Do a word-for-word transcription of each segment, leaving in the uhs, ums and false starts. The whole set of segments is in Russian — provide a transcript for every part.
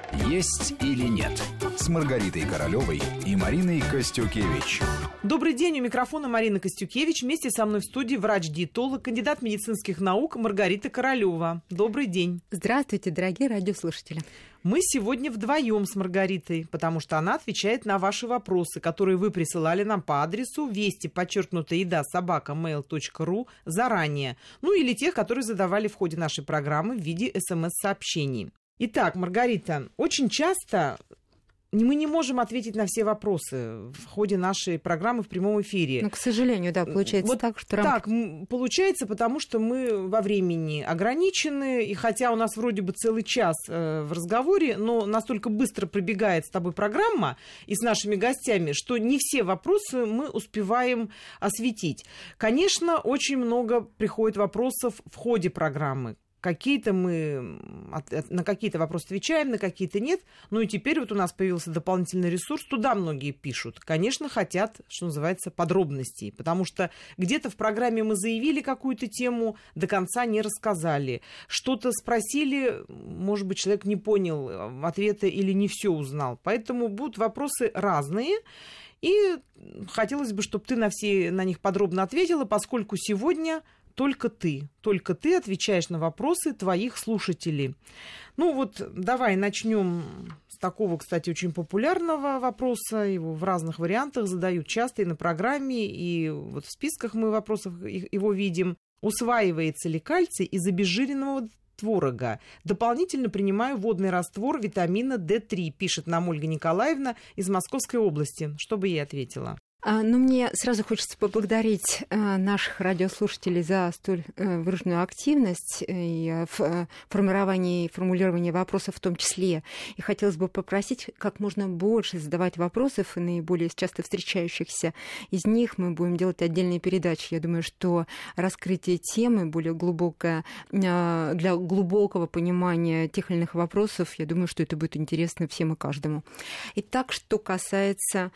«Есть или нет» с Маргаритой Королевой и Мариной Костюкевич. Добрый день, у микрофона Марина Костюкевич. Вместе со мной в студии врач-диетолог, кандидат медицинских наук Маргарита Королева. Добрый день. Здравствуйте, дорогие радиослушатели. Мы сегодня вдвоем с Маргаритой, потому что она отвечает на ваши вопросы, которые вы присылали нам по адресу вести, подчеркнутая еда, собака, mail точка ру заранее. Ну или тех, которые задавали в ходе нашей программы в виде смс-сообщений. Итак, Маргарита, очень часто мы не можем ответить на все вопросы в ходе нашей программы в прямом эфире. Ну, к сожалению, да, получается вот так, что... Так, получается, потому что мы во времени ограничены, и хотя у нас вроде бы целый час э, в разговоре, но настолько быстро пробегает с тобой программа и с нашими гостями, что не все вопросы мы успеваем осветить. Конечно, очень много приходит вопросов в ходе программы. Какие-то мы на какие-то вопросы отвечаем, на какие-то нет. Ну и теперь вот у нас появился дополнительный ресурс. Туда многие пишут. Конечно, хотят, что называется, подробностей. Потому что где-то в программе мы заявили какую-то тему, до конца не рассказали. Что-то спросили, может быть, человек не понял ответа или не все узнал. Поэтому будут вопросы разные. И хотелось бы, чтобы ты на все на них подробно ответила, поскольку сегодня... Только ты, только ты отвечаешь на вопросы твоих слушателей. Ну вот давай начнем с такого, кстати, очень популярного вопроса. Его в разных вариантах задают часто и на программе, и вот в списках мы вопросов его видим. Усваивается ли кальций из обезжиренного творога? Дополнительно принимаю водный раствор витамина дэ три, пишет нам Ольга Николаевна из Московской области. Что бы ей ответила? Ну, мне сразу хочется поблагодарить э, наших радиослушателей за столь э, выраженную активность и, э, в формировании и формулировании вопросов в том числе. И хотелось бы попросить как можно больше задавать вопросов, и наиболее часто встречающихся из них мы будем делать отдельные передачи. Я думаю, что раскрытие темы более глубокое, э, для глубокого понимания тех или иных вопросов, я думаю, что это будет интересно всем и каждому. Итак, что касается...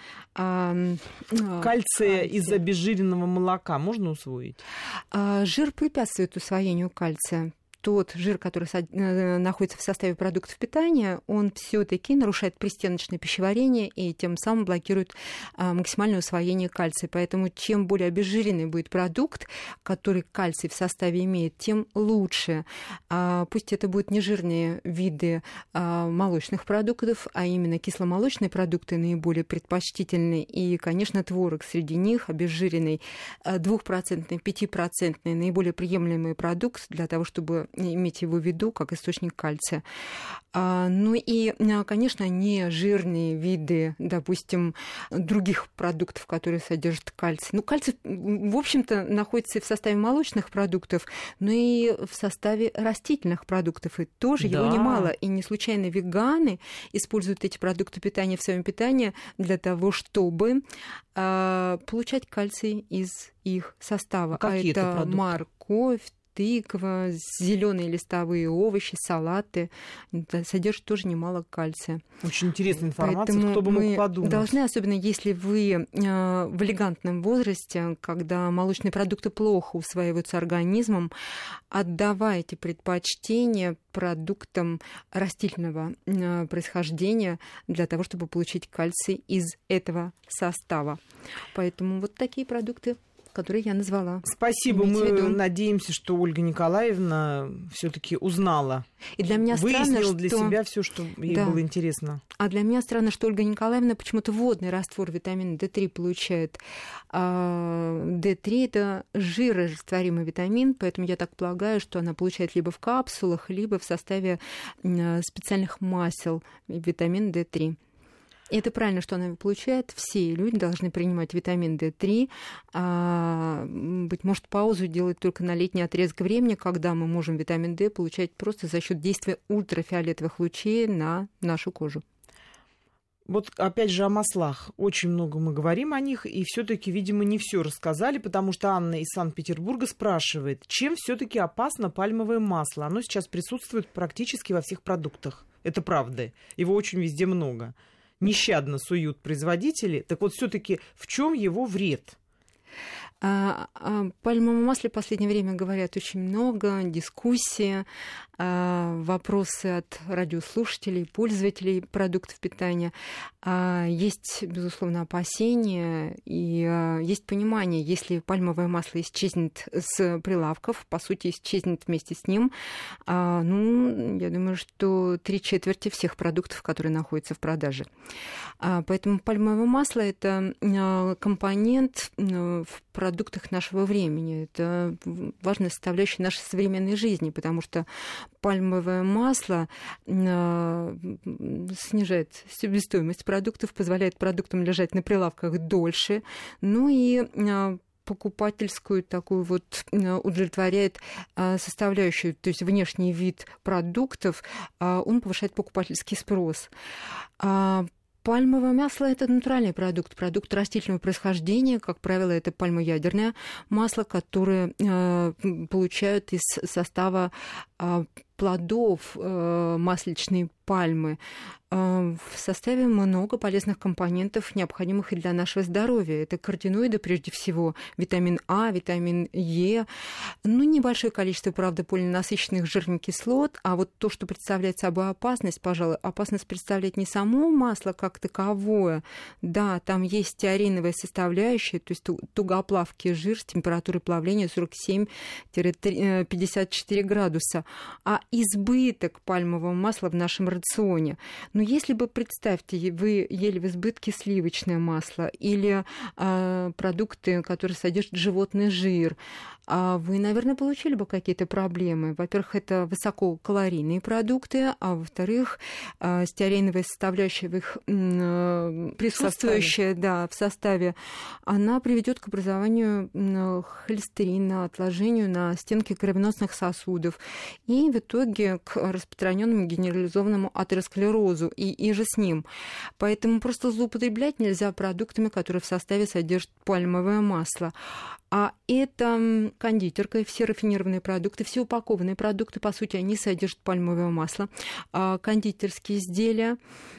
Э, Кальция из обезжиренного молока можно усвоить? Жир препятствует усвоению кальция. Тот жир, который находится в составе продуктов питания, он все-таки нарушает пристеночное пищеварение и тем самым блокирует максимальное усвоение кальция. Поэтому чем более обезжиренный будет продукт, который кальций в составе имеет, тем лучше. Пусть это будут нежирные виды молочных продуктов, а именно кисломолочные продукты наиболее предпочтительны. И, конечно, творог среди них, обезжиренный двухпроцентный, пятипроцентный, наиболее приемлемый продукт для того, чтобы иметь его в виду как источник кальция. Ну и, конечно, не жирные виды, допустим, других продуктов, которые содержат кальций. Ну, кальций, в общем-то, находится и в составе молочных продуктов, но и в составе растительных продуктов. И тоже да. Его немало. И не случайно веганы используют эти продукты питания в своем питании для того, чтобы получать кальций из их состава. А, а это продукты? Морковь, тыква, зеленые листовые овощи, салаты содержат тоже немало кальция. Очень интересная информация, Поэтому кто бы мог подумать. Должны, особенно если вы в элегантном возрасте, когда молочные продукты плохо усваиваются организмом, отдавайте предпочтение продуктам растительного происхождения для того, чтобы получить кальций из этого состава. Поэтому вот такие продукты, которые я назвала. Спасибо. Мы надеемся, что Ольга Николаевна все-таки узнала. И для меня выяснила странно, что... для себя все, что ей да. было интересно. А для меня странно, что Ольга Николаевна почему-то водный раствор витамина дэ три получает. А дэ три – это жирорастворимый витамин, поэтому я так полагаю, что она получает либо в капсулах, либо в составе специальных масел витамин дэ три. И это правильно, что она его получает. Все люди должны принимать витамин дэ три. А, быть может, паузу делать только на летний отрезок времени, когда мы можем витамин D получать просто за счет действия ультрафиолетовых лучей на нашу кожу. Вот опять же о маслах. Очень много мы говорим о них, и все-таки, видимо, не все рассказали, потому что Анна из Санкт-Петербурга спрашивает, чем все-таки опасно пальмовое масло? Оно сейчас присутствует практически во всех продуктах. Это правда. Его очень везде много. Нещадно суют производители. Так вот, все-таки в чем его вред? О пальмовом масле в последнее время говорят очень много, дискуссии, вопросы от радиослушателей, пользователей продуктов питания. Есть, безусловно, опасения и есть понимание, если пальмовое масло исчезнет с прилавков, по сути, исчезнет вместе с ним, ну, я думаю, что три четверти всех продуктов, которые находятся в продаже. Поэтому пальмовое масло – это компонент в продуктах нашего времени. Это важная составляющая нашей современной жизни, потому что пальмовое масло снижает себестоимость продуктов, позволяет продуктам лежать на прилавках дольше, ну и покупательскую такую вот удовлетворяет составляющую, то есть внешний вид продуктов, он повышает покупательский спрос. Пальмовое масло – это натуральный продукт, продукт растительного происхождения. Как правило, это пальмоядерное масло, которое э, получают из состава э, плодов э, масличной пальмы. Э, в составе много полезных компонентов, необходимых и для нашего здоровья. Это каротиноиды, прежде всего, витамин А, витамин Е, ну, небольшое количество, правда, полиненасыщенных жирных кислот, а вот то, что представляет собой опасность, пожалуй, опасность представляет не само масло как таковое, да, там есть стеариновая составляющая, то есть тугоплавкий жир с температурой плавления сорок семь - пятьдесят четыре градуса, а избыток пальмового масла в нашем рационе. Но если бы, представьте, вы ели в избытке сливочное масло или э, продукты, которые содержат животный жир, э, вы, наверное, получили бы какие-то проблемы. Во-первых, это высококалорийные продукты, а во-вторых, э, стеариновая составляющая в их э, присутствующая в да, в составе, она приведет к образованию э, холестерина, отложению на стенке кровеносных сосудов и в итоге к распространенному генерализованному атеросклерозу и, и же с ним. Поэтому просто злоупотреблять нельзя продуктами, которые в составе содержат пальмовое масло. А это кондитерка, все рафинированные продукты, все упакованные продукты, по сути, они содержат пальмовое масло. Кондитерские изделия.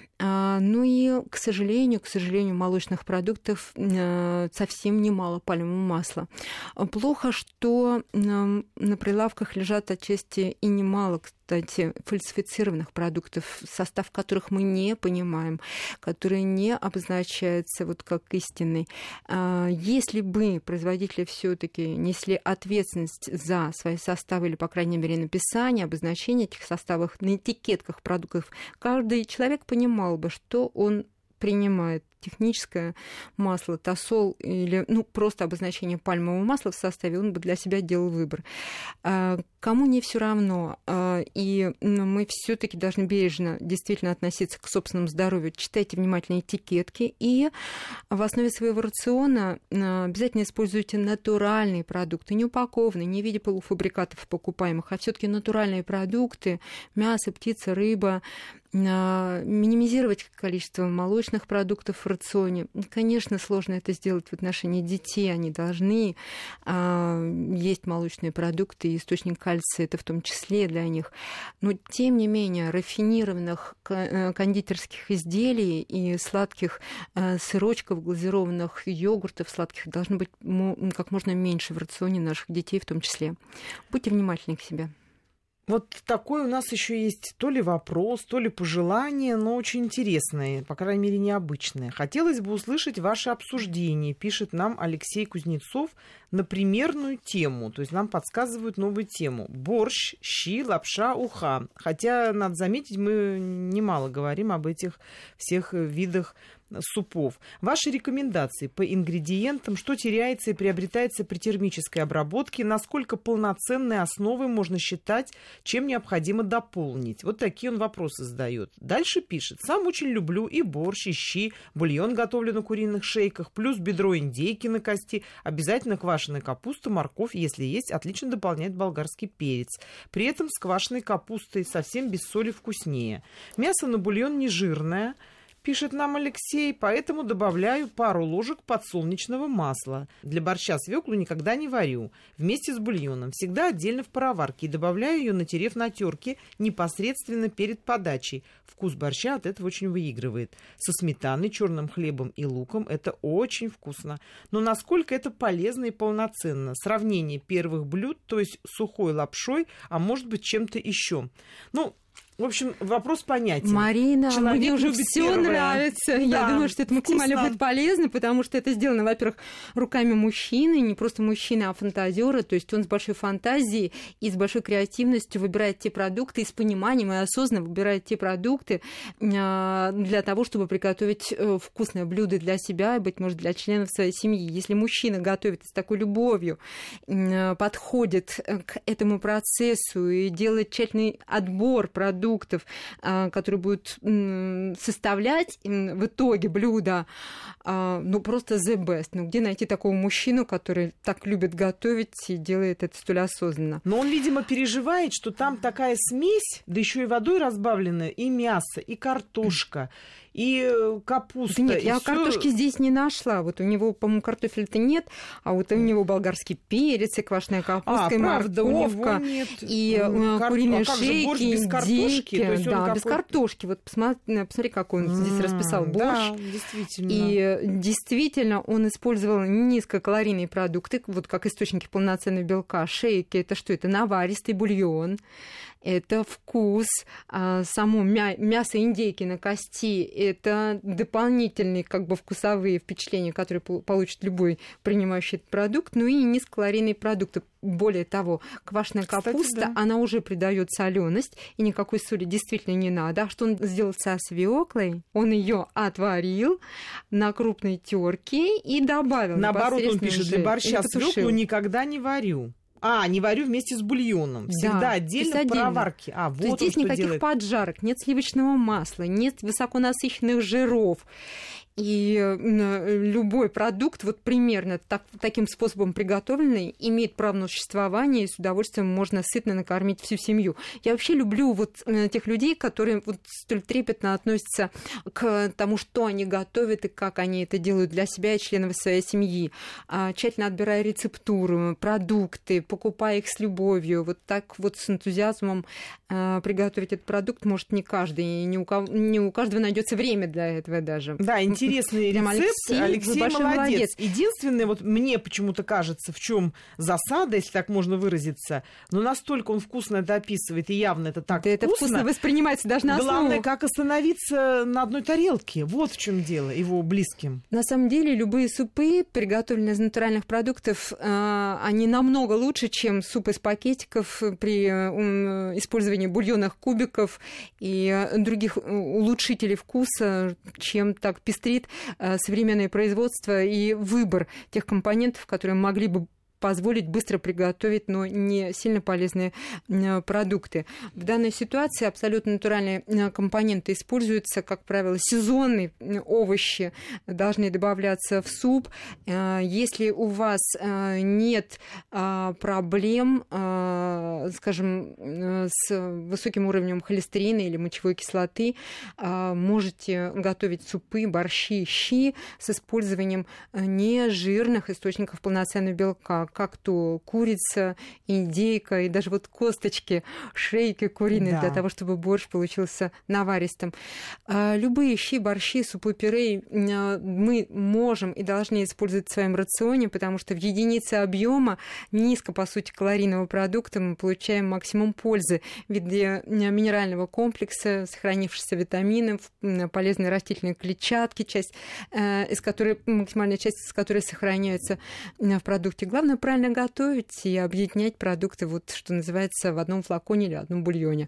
Ну и, к сожалению, к сожалению, молочных продуктов совсем немало пальмового масла. Плохо, что на прилавках лежат отчасти и немало, кстати, фальсифицированных продуктов, состав которых мы не понимаем, которые не обозначаются вот как истинный. Если бы производители все-таки несли ответственность за свои составы или, по крайней мере, написание, обозначение этих составов на этикетках продуктов, каждый человек понимал бы, что он принимает. Техническое масло, тосол или ну, просто обозначение пальмового масла в составе, он бы для себя делал выбор. Кому не все равно, и мы все-таки должны бережно действительно относиться к собственному здоровью, читайте внимательно этикетки, и в основе своего рациона обязательно используйте натуральные продукты, не упакованные, не в виде полуфабрикатов покупаемых, а все-таки натуральные продукты, мясо, птица, рыба, минимизировать количество молочных продуктов в рационе. Конечно, сложно это сделать в отношении детей. Они должны а, есть молочные продукты, и источник кальция это в том числе для них. Но, тем не менее, рафинированных кондитерских изделий и сладких а, сырочков, глазированных йогуртов сладких должно быть как можно меньше в рационе наших детей в том числе. Будьте внимательны к себе. Вот такой у нас еще есть то ли вопрос, то ли пожелание, но очень интересное, по крайней мере, необычное. Хотелось бы услышать ваше обсуждение, пишет нам Алексей Кузнецов, на примерную тему. То есть нам подсказывают новую тему. Борщ, щи, лапша, уха. Хотя, надо заметить, мы немало говорим об этих всех видах супов. Ваши рекомендации по ингредиентам, что теряется и приобретается при термической обработке, насколько полноценной основой можно считать, чем необходимо дополнить. Вот такие он вопросы задает. Дальше пишет. Сам очень люблю и борщ, и щи, бульон готовлю на куриных шейках, плюс бедро индейки на кости, обязательно квашеная капуста, морковь, если есть, отлично дополняет болгарский перец. При этом с квашеной капустой совсем без соли вкуснее. Мясо на бульон не жирное, пишет нам Алексей, поэтому добавляю пару ложек подсолнечного масла. Для борща свеклу никогда не варю. Вместе с бульоном. Всегда отдельно в пароварке. И добавляю ее, натерев на терке, непосредственно перед подачей. Вкус борща от этого очень выигрывает. Со сметаной, черным хлебом и луком это очень вкусно. Но насколько это полезно и полноценно? Сравнение первых блюд, то есть сухой лапшой, а может быть чем-то еще. Ну, в общем, вопрос понятен. Марина, Человек мне уже любит все первое. нравится. Да, Я думаю, что это максимально вкусно. будет полезно, потому что это сделано, во-первых, руками мужчины, не просто мужчины, а фантазера. То есть он с большой фантазией и с большой креативностью выбирает те продукты, и с пониманием и осознанно выбирает те продукты для того, чтобы приготовить вкусное блюдо для себя и, быть может, для членов своей семьи. Если мужчина готовит с такой любовью, подходит к этому процессу и делает тщательный отбор продуктов, продуктов, которые будут составлять в итоге блюдо, ну, просто the best. Ну, где найти такого мужчину, который так любит готовить и делает это столь осознанно? Но он, видимо, переживает, что там такая смесь, да еще и водой разбавленная, и мясо, и картошка, и капуста. Да нет, и я всё... картошки здесь не нашла. Вот у него, по-моему, картофеля-то нет, а вот у него болгарский перец, и квашеная капуста, а, и правда, морковка, у него нет. и Кар... куриные а как же шейки, борщ без картошки? То есть да, какой... без картошки. Вот посмотри, посмотри как он здесь расписал борщ. Да, действительно. И действительно он использовал низкокалорийные продукты, вот как источники полноценного белка. Шейки — это что? Это наваристый бульон. Это вкус, само мясо индейки на кости, это дополнительные как бы вкусовые впечатления, которые получит любой принимающий этот продукт, ну и низкокалорийные продукты. Более того, квашеная капуста, кстати, да, она уже придает соленость, и никакой соли действительно не надо. А что он сделал со свеклой? Он ее отварил на крупной терке и добавил. Наоборот, он пишет, для борща свеклу никогда не варю. А, не варю вместе с бульоном. Всегда да, отдельно в пароварке. А, вот то есть здесь никаких делает. поджарок, нет сливочного масла, нет высоконасыщенных жиров. И любой продукт, вот примерно так, таким способом приготовленный, имеет право на существование, и с удовольствием можно сытно накормить всю семью. Я вообще люблю вот тех людей, которые вот столь трепетно относятся к тому, что они готовят и как они это делают для себя и членов своей семьи, тщательно отбирая рецептуру, продукты, покупая их с любовью. Вот так вот с энтузиазмом приготовить этот продукт может не каждый, и не у, кого, не у каждого найдется время для этого даже. Да, интересный рецепт. Алексей, Алексей молодец. молодец. Единственное, вот мне почему-то кажется, в чем засада, если так можно выразиться, но настолько он вкусно это описывает, и явно это так да вкусно. Это вкусно воспринимается даже на Главное, слух. как остановиться на одной тарелке. Вот в чем дело его близким. На самом деле, любые супы, приготовленные из натуральных продуктов, они намного лучше, чем суп из пакетиков при использовании бульонных кубиков и других улучшителей вкуса, чем так пестрит современное производство и выбор тех компонентов, которые могли бы позволить быстро приготовить, но не сильно полезные продукты. В данной ситуации абсолютно натуральные компоненты используются, как правило, сезонные овощи должны добавляться в суп. Если у вас нет проблем, скажем, с высоким уровнем холестерина или мочевой кислоты, можете готовить супы, борщи, щи с использованием нежирных источников полноценного белка, как то курица, индейка и даже вот косточки, шейки куриные, да, для того, чтобы борщ получился наваристым. Любые щи, борщи, супы, пюре мы можем и должны использовать в своем рационе, потому что в единице объема низко, по сути, калорийного продукта мы получаем максимум пользы в виде минерального комплекса, сохранившихся витаминов, полезной растительной клетчатки, часть из которой, максимальная часть из которой сохраняется в продукте. Главное правильно готовить и объединять продукты, вот, что называется, в одном флаконе или одном бульоне.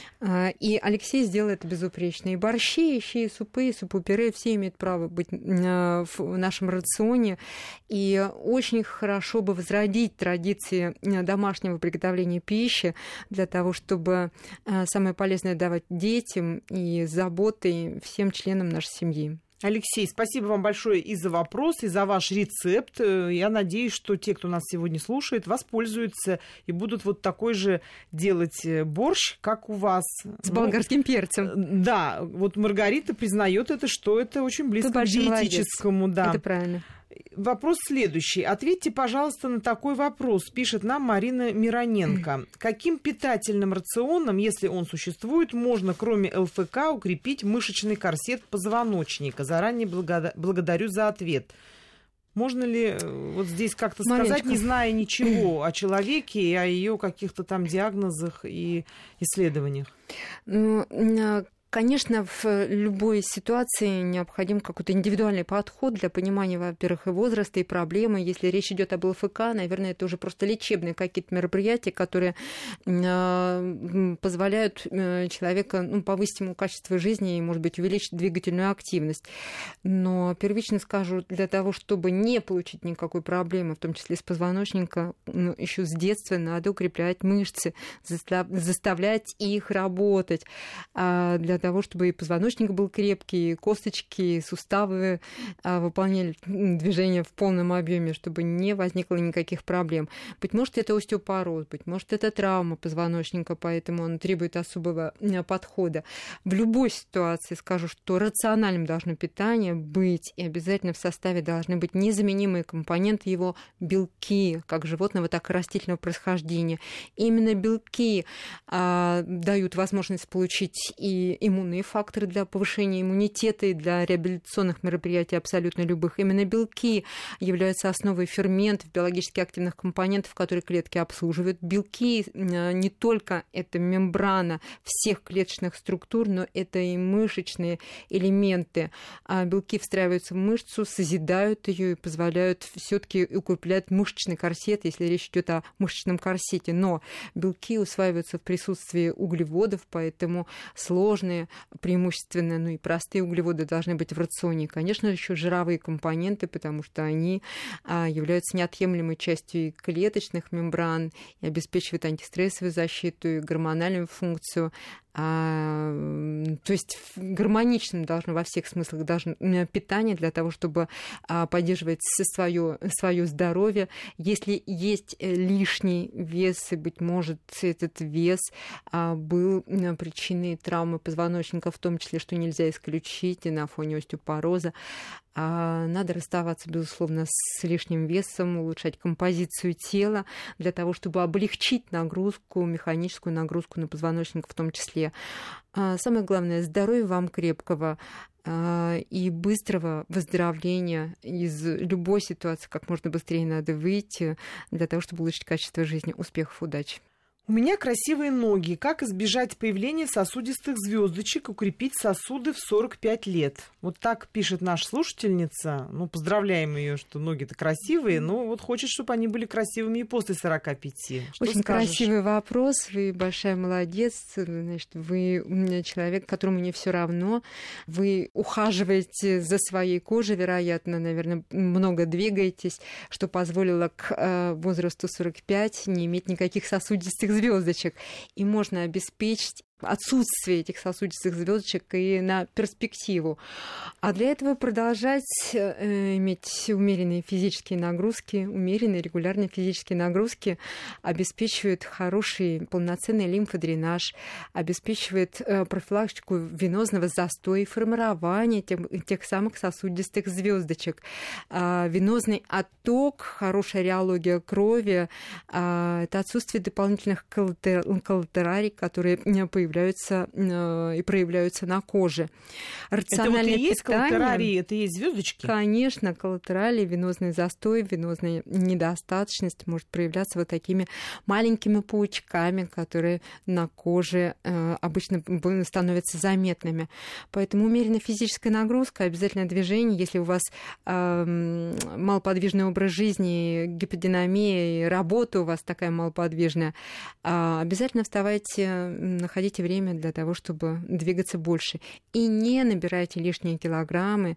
И Алексей сделал это безупречно. И борщи, и щи, и супы, и супы-пюре все имеют право быть в нашем рационе. И очень хорошо бы возродить традиции домашнего приготовления пищи для того, чтобы самое полезное давать детям и заботой всем членам нашей семьи. Алексей, спасибо вам большое и за вопрос, и за ваш рецепт. Я надеюсь, что те, кто нас сегодня слушает, воспользуются и будут вот такой же делать борщ, как у вас. С болгарским ну, перцем. Да, вот Маргарита признает это, что это очень близко к диетическому. Да. Это правильно. Вопрос следующий. Ответьте, пожалуйста, на такой вопрос. Пишет нам Марина Мироненко. Каким питательным рационом, если он существует, можно, кроме ЛФК, укрепить мышечный корсет позвоночника? Заранее благода- благодарю за ответ. Можно ли вот здесь как-то сказать, Мариночка, не зная ничего о человеке и о ее каких-то там диагнозах и исследованиях? Ну, конечно, в любой ситуации необходим какой-то индивидуальный подход для понимания, во-первых, и возраста, и проблемы. Если речь идет об ЛФК, наверное, это уже просто лечебные какие-то мероприятия, которые позволяют человеку, ну, повысить ему качество жизни и, может быть, увеличить двигательную активность. Но первично скажу, для того, чтобы не получить никакой проблемы, в том числе с позвоночника, ну, еще с детства надо укреплять мышцы, заставлять их работать. А для того, чтобы и позвоночник был крепкий, и косточки, и суставы а, выполняли движения в полном объеме, чтобы не возникло никаких проблем. Быть может, это остеопороз, быть может, это травма позвоночника, поэтому он требует особого подхода. В любой ситуации скажу, что рациональным должно питание быть, и обязательно в составе должны быть незаменимые компоненты его белки, как животного, так и растительного происхождения. Именно белки а, дают возможность получить и иммунные факторы для повышения иммунитета и для реабилитационных мероприятий абсолютно любых. Именно белки являются основой ферментов, биологически активных компонентов, которые клетки обслуживают. Белки не только это мембрана всех клеточных структур, но это и мышечные элементы. А белки встраиваются в мышцу, созидают ее и позволяют все-таки укреплять мышечный корсет, если речь идет о мышечном корсете. Но белки усваиваются в присутствии углеводов, поэтому сложные, преимущественно, ну и простые углеводы должны быть в рационе. И, конечно, еще жировые компоненты, потому что они а, являются неотъемлемой частью и клеточных мембран, и обеспечивают антистрессовую защиту, и гормональную функцию. А, то есть гармоничным должно во всех смыслах должно питание для того, чтобы а, поддерживать свое, свое здоровье. Если есть лишний вес, и, быть может, этот вес а, был причиной травмы позвоночника, в том числе, что нельзя исключить и на фоне остеопороза, а надо расставаться, безусловно, с лишним весом, улучшать композицию тела для того, чтобы облегчить нагрузку, механическую нагрузку на позвоночник в том числе. А самое главное, здоровья вам крепкого и быстрого выздоровления из любой ситуации. Как можно быстрее надо выйти для того, чтобы улучшить качество жизни. Успехов, удачи! У меня красивые ноги. Как избежать появления сосудистых звездочек, укрепить сосуды в сорок пять лет? Вот так пишет наша слушательница. Ну, поздравляем ее, что ноги-то красивые, но вот хочет, чтобы они были красивыми и после сорока пяти. Что Очень скажешь? Красивый вопрос. Вы большая молодец. Значит, вы человек, которому не все равно. Вы ухаживаете за своей кожей, вероятно, наверное, много двигаетесь, что позволило к возрасту сорок пять не иметь никаких сосудистых звездочек, и можно обеспечить отсутствие этих сосудистых звездочек и на перспективу. А для этого продолжать э, иметь умеренные физические нагрузки, умеренные регулярные физические нагрузки обеспечивают хороший полноценный лимфодренаж, обеспечивает э, профилактику венозного застоя и формирование тех, тех самых сосудистых звездочек. А венозный отток, хорошая реология крови, а, это отсутствие дополнительных коллатералий, которые появляются появляются э, и проявляются на коже. Рациональное это вот и есть коллатералии, это и есть звездочки? Конечно, коллатералии, венозный застой, венозная недостаточность может проявляться вот такими маленькими паучками, которые на коже э, обычно становятся заметными. Поэтому умеренная физическая нагрузка, обязательно движение. Если у вас э, малоподвижный образ жизни, гиподинамия и работа у вас такая малоподвижная, э, обязательно вставайте, находите найдите время для того, чтобы двигаться больше. И не набирайте лишние килограммы,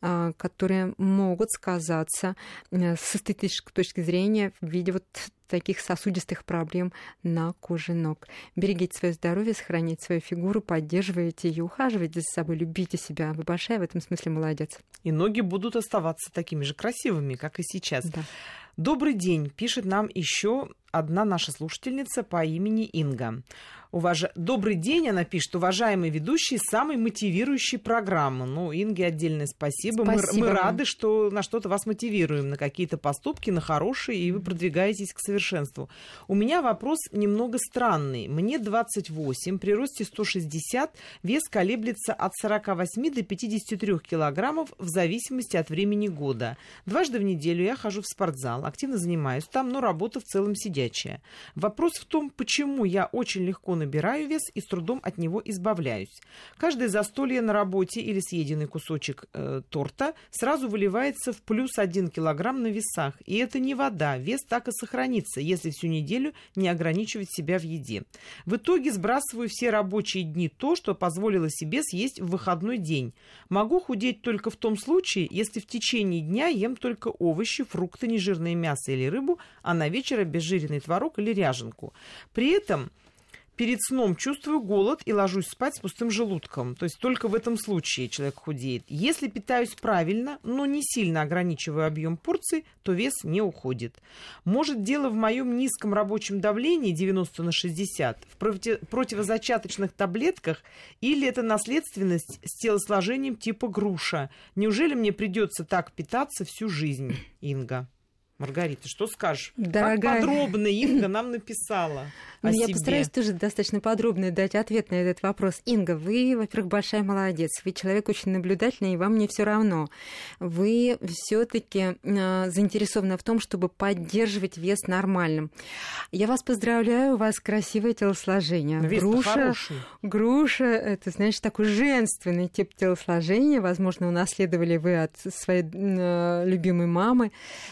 которые могут сказаться с эстетической точки зрения в виде вот таких сосудистых проблем на коже ног. Берегите свое здоровье, сохраняйте свою фигуру, поддерживайте ее, ухаживайте за собой, любите себя. Вы большая в этом смысле молодец. И ноги будут оставаться такими же красивыми, как и сейчас. Да. Добрый день, пишет нам еще одна наша слушательница по имени Инга. Уваж... Добрый день, она пишет, уважаемый ведущий самой мотивирующей программы. Ну, Инге отдельное спасибо. спасибо. Мы, мы рады, что на что-то вас мотивируем, на какие-то поступки, на хорошие, и вы продвигаетесь к совершенству. У меня вопрос немного странный. Мне двадцать восемь, при росте сто шестьдесят, вес колеблется от сорока восьми до пятидесяти трёх килограммов в зависимости от времени года. Дважды в неделю я хожу в спортзал, активно занимаюсь там, но работа в целом сидячая. Вопрос в том, почему я очень легко набираю вес и с трудом от него избавляюсь. Каждое застолье на работе или съеденный кусочек э, торта сразу выливается в плюс один килограмм на весах. И это не вода, вес так и сохранится, если всю неделю не ограничивать себя в еде. В итоге сбрасываю все рабочие дни то, что позволила себе съесть в выходной день. Могу худеть только в том случае, если в течение дня ем только овощи, фрукты, нежирное мясо или рыбу, а на вечер обезжиренный творог или ряженку. При этом перед сном чувствую голод и ложусь спать с пустым желудком. То есть только в этом случае человек худеет. Если питаюсь правильно, но не сильно ограничиваю объем порций, то вес не уходит. Может, дело в моем низком рабочем давлении девяносто на шестьдесят, в против... противозачаточных таблетках, или это наследственность с телосложением типа груша? Неужели мне придется так питаться всю жизнь, Инга? Маргарита, что скажешь? Дорогая... Как подробно Инга нам написала о Я себе. постараюсь тоже достаточно подробно дать ответ на этот вопрос. Инга, вы, во-первых, большая молодец. Вы человек очень наблюдательный, и вам не все равно. Вы все-таки э, заинтересованы в том, чтобы поддерживать вес нормальным. Я вас поздравляю, у вас красивое телосложение. Груша, груша, это, значит, такой женственный тип телосложения. Возможно, унаследовали вы от своей э, любимой мамы.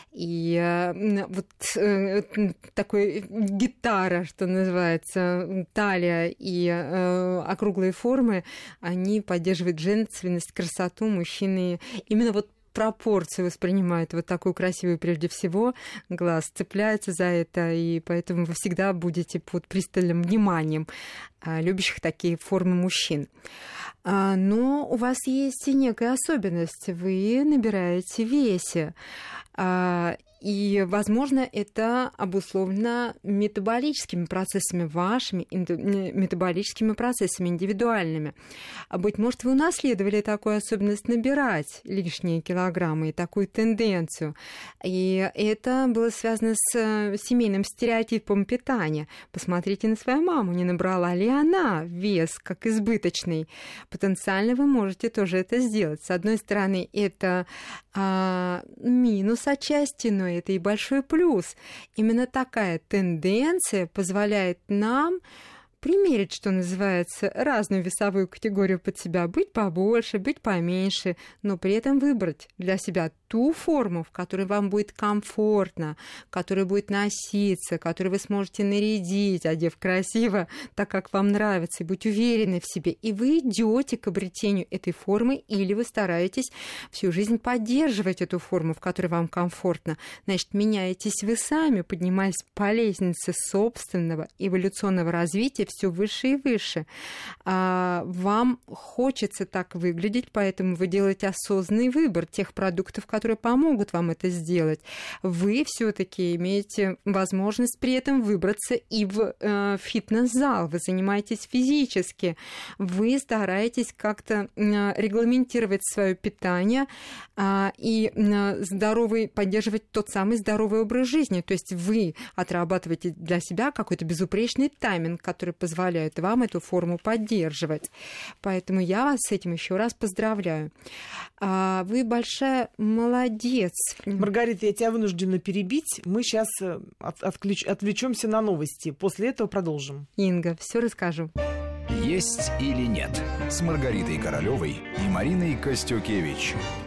И э, вот э, такой гитара, что называется, талия и э, округлые формы, они поддерживают женственность, красоту мужчины. Именно вот пропорцию воспринимают вот такую красивую прежде всего, глаз цепляется за это, и поэтому вы всегда будете под пристальным вниманием а, любящих такие формы мужчин. А, но у вас есть и некая особенность. Вы набираете в весе. А, И, возможно, это обусловлено метаболическими процессами, вашими метаболическими процессами индивидуальными. Быть может, вы унаследовали такую особенность набирать лишние килограммы и такую тенденцию. И это было связано с семейным стереотипом питания. Посмотрите на свою маму, не набрала ли она вес как избыточный. Потенциально вы можете тоже это сделать. С одной стороны, это а, минус отчасти, но это и большой плюс. Именно такая тенденция позволяет нам примерить, что называется, разную весовую категорию под себя, быть побольше, быть поменьше, но при этом выбрать для себя ту форму, в которой вам будет комфортно, которая будет носиться, которую вы сможете нарядить, одев красиво, так как вам нравится, и быть уверены в себе. И вы идете к обретению этой формы, или вы стараетесь всю жизнь поддерживать эту форму, в которой вам комфортно. Значит, меняетесь вы сами, поднимаясь по лестнице собственного эволюционного развития все выше и выше. А вам хочется так выглядеть, поэтому вы делаете осознанный выбор тех продуктов, которые которые помогут вам это сделать. Вы все-таки имеете возможность при этом выбраться и в э, фитнес-зал. Вы занимаетесь физически. Вы стараетесь как-то э, регламентировать свое питание э, и э, здоровый, поддерживать тот самый здоровый образ жизни. То есть вы отрабатываете для себя какой-то безупречный тайминг, который позволяет вам эту форму поддерживать. Поэтому я вас с этим еще раз поздравляю. А вы большая молодец. Молодец. Маргарита, я тебя вынуждена перебить. Мы сейчас от, отключ, отвлечемся на новости. После этого продолжим. Инга, все расскажу. Есть или нет с Маргаритой Королевой и Мариной Костюкевич.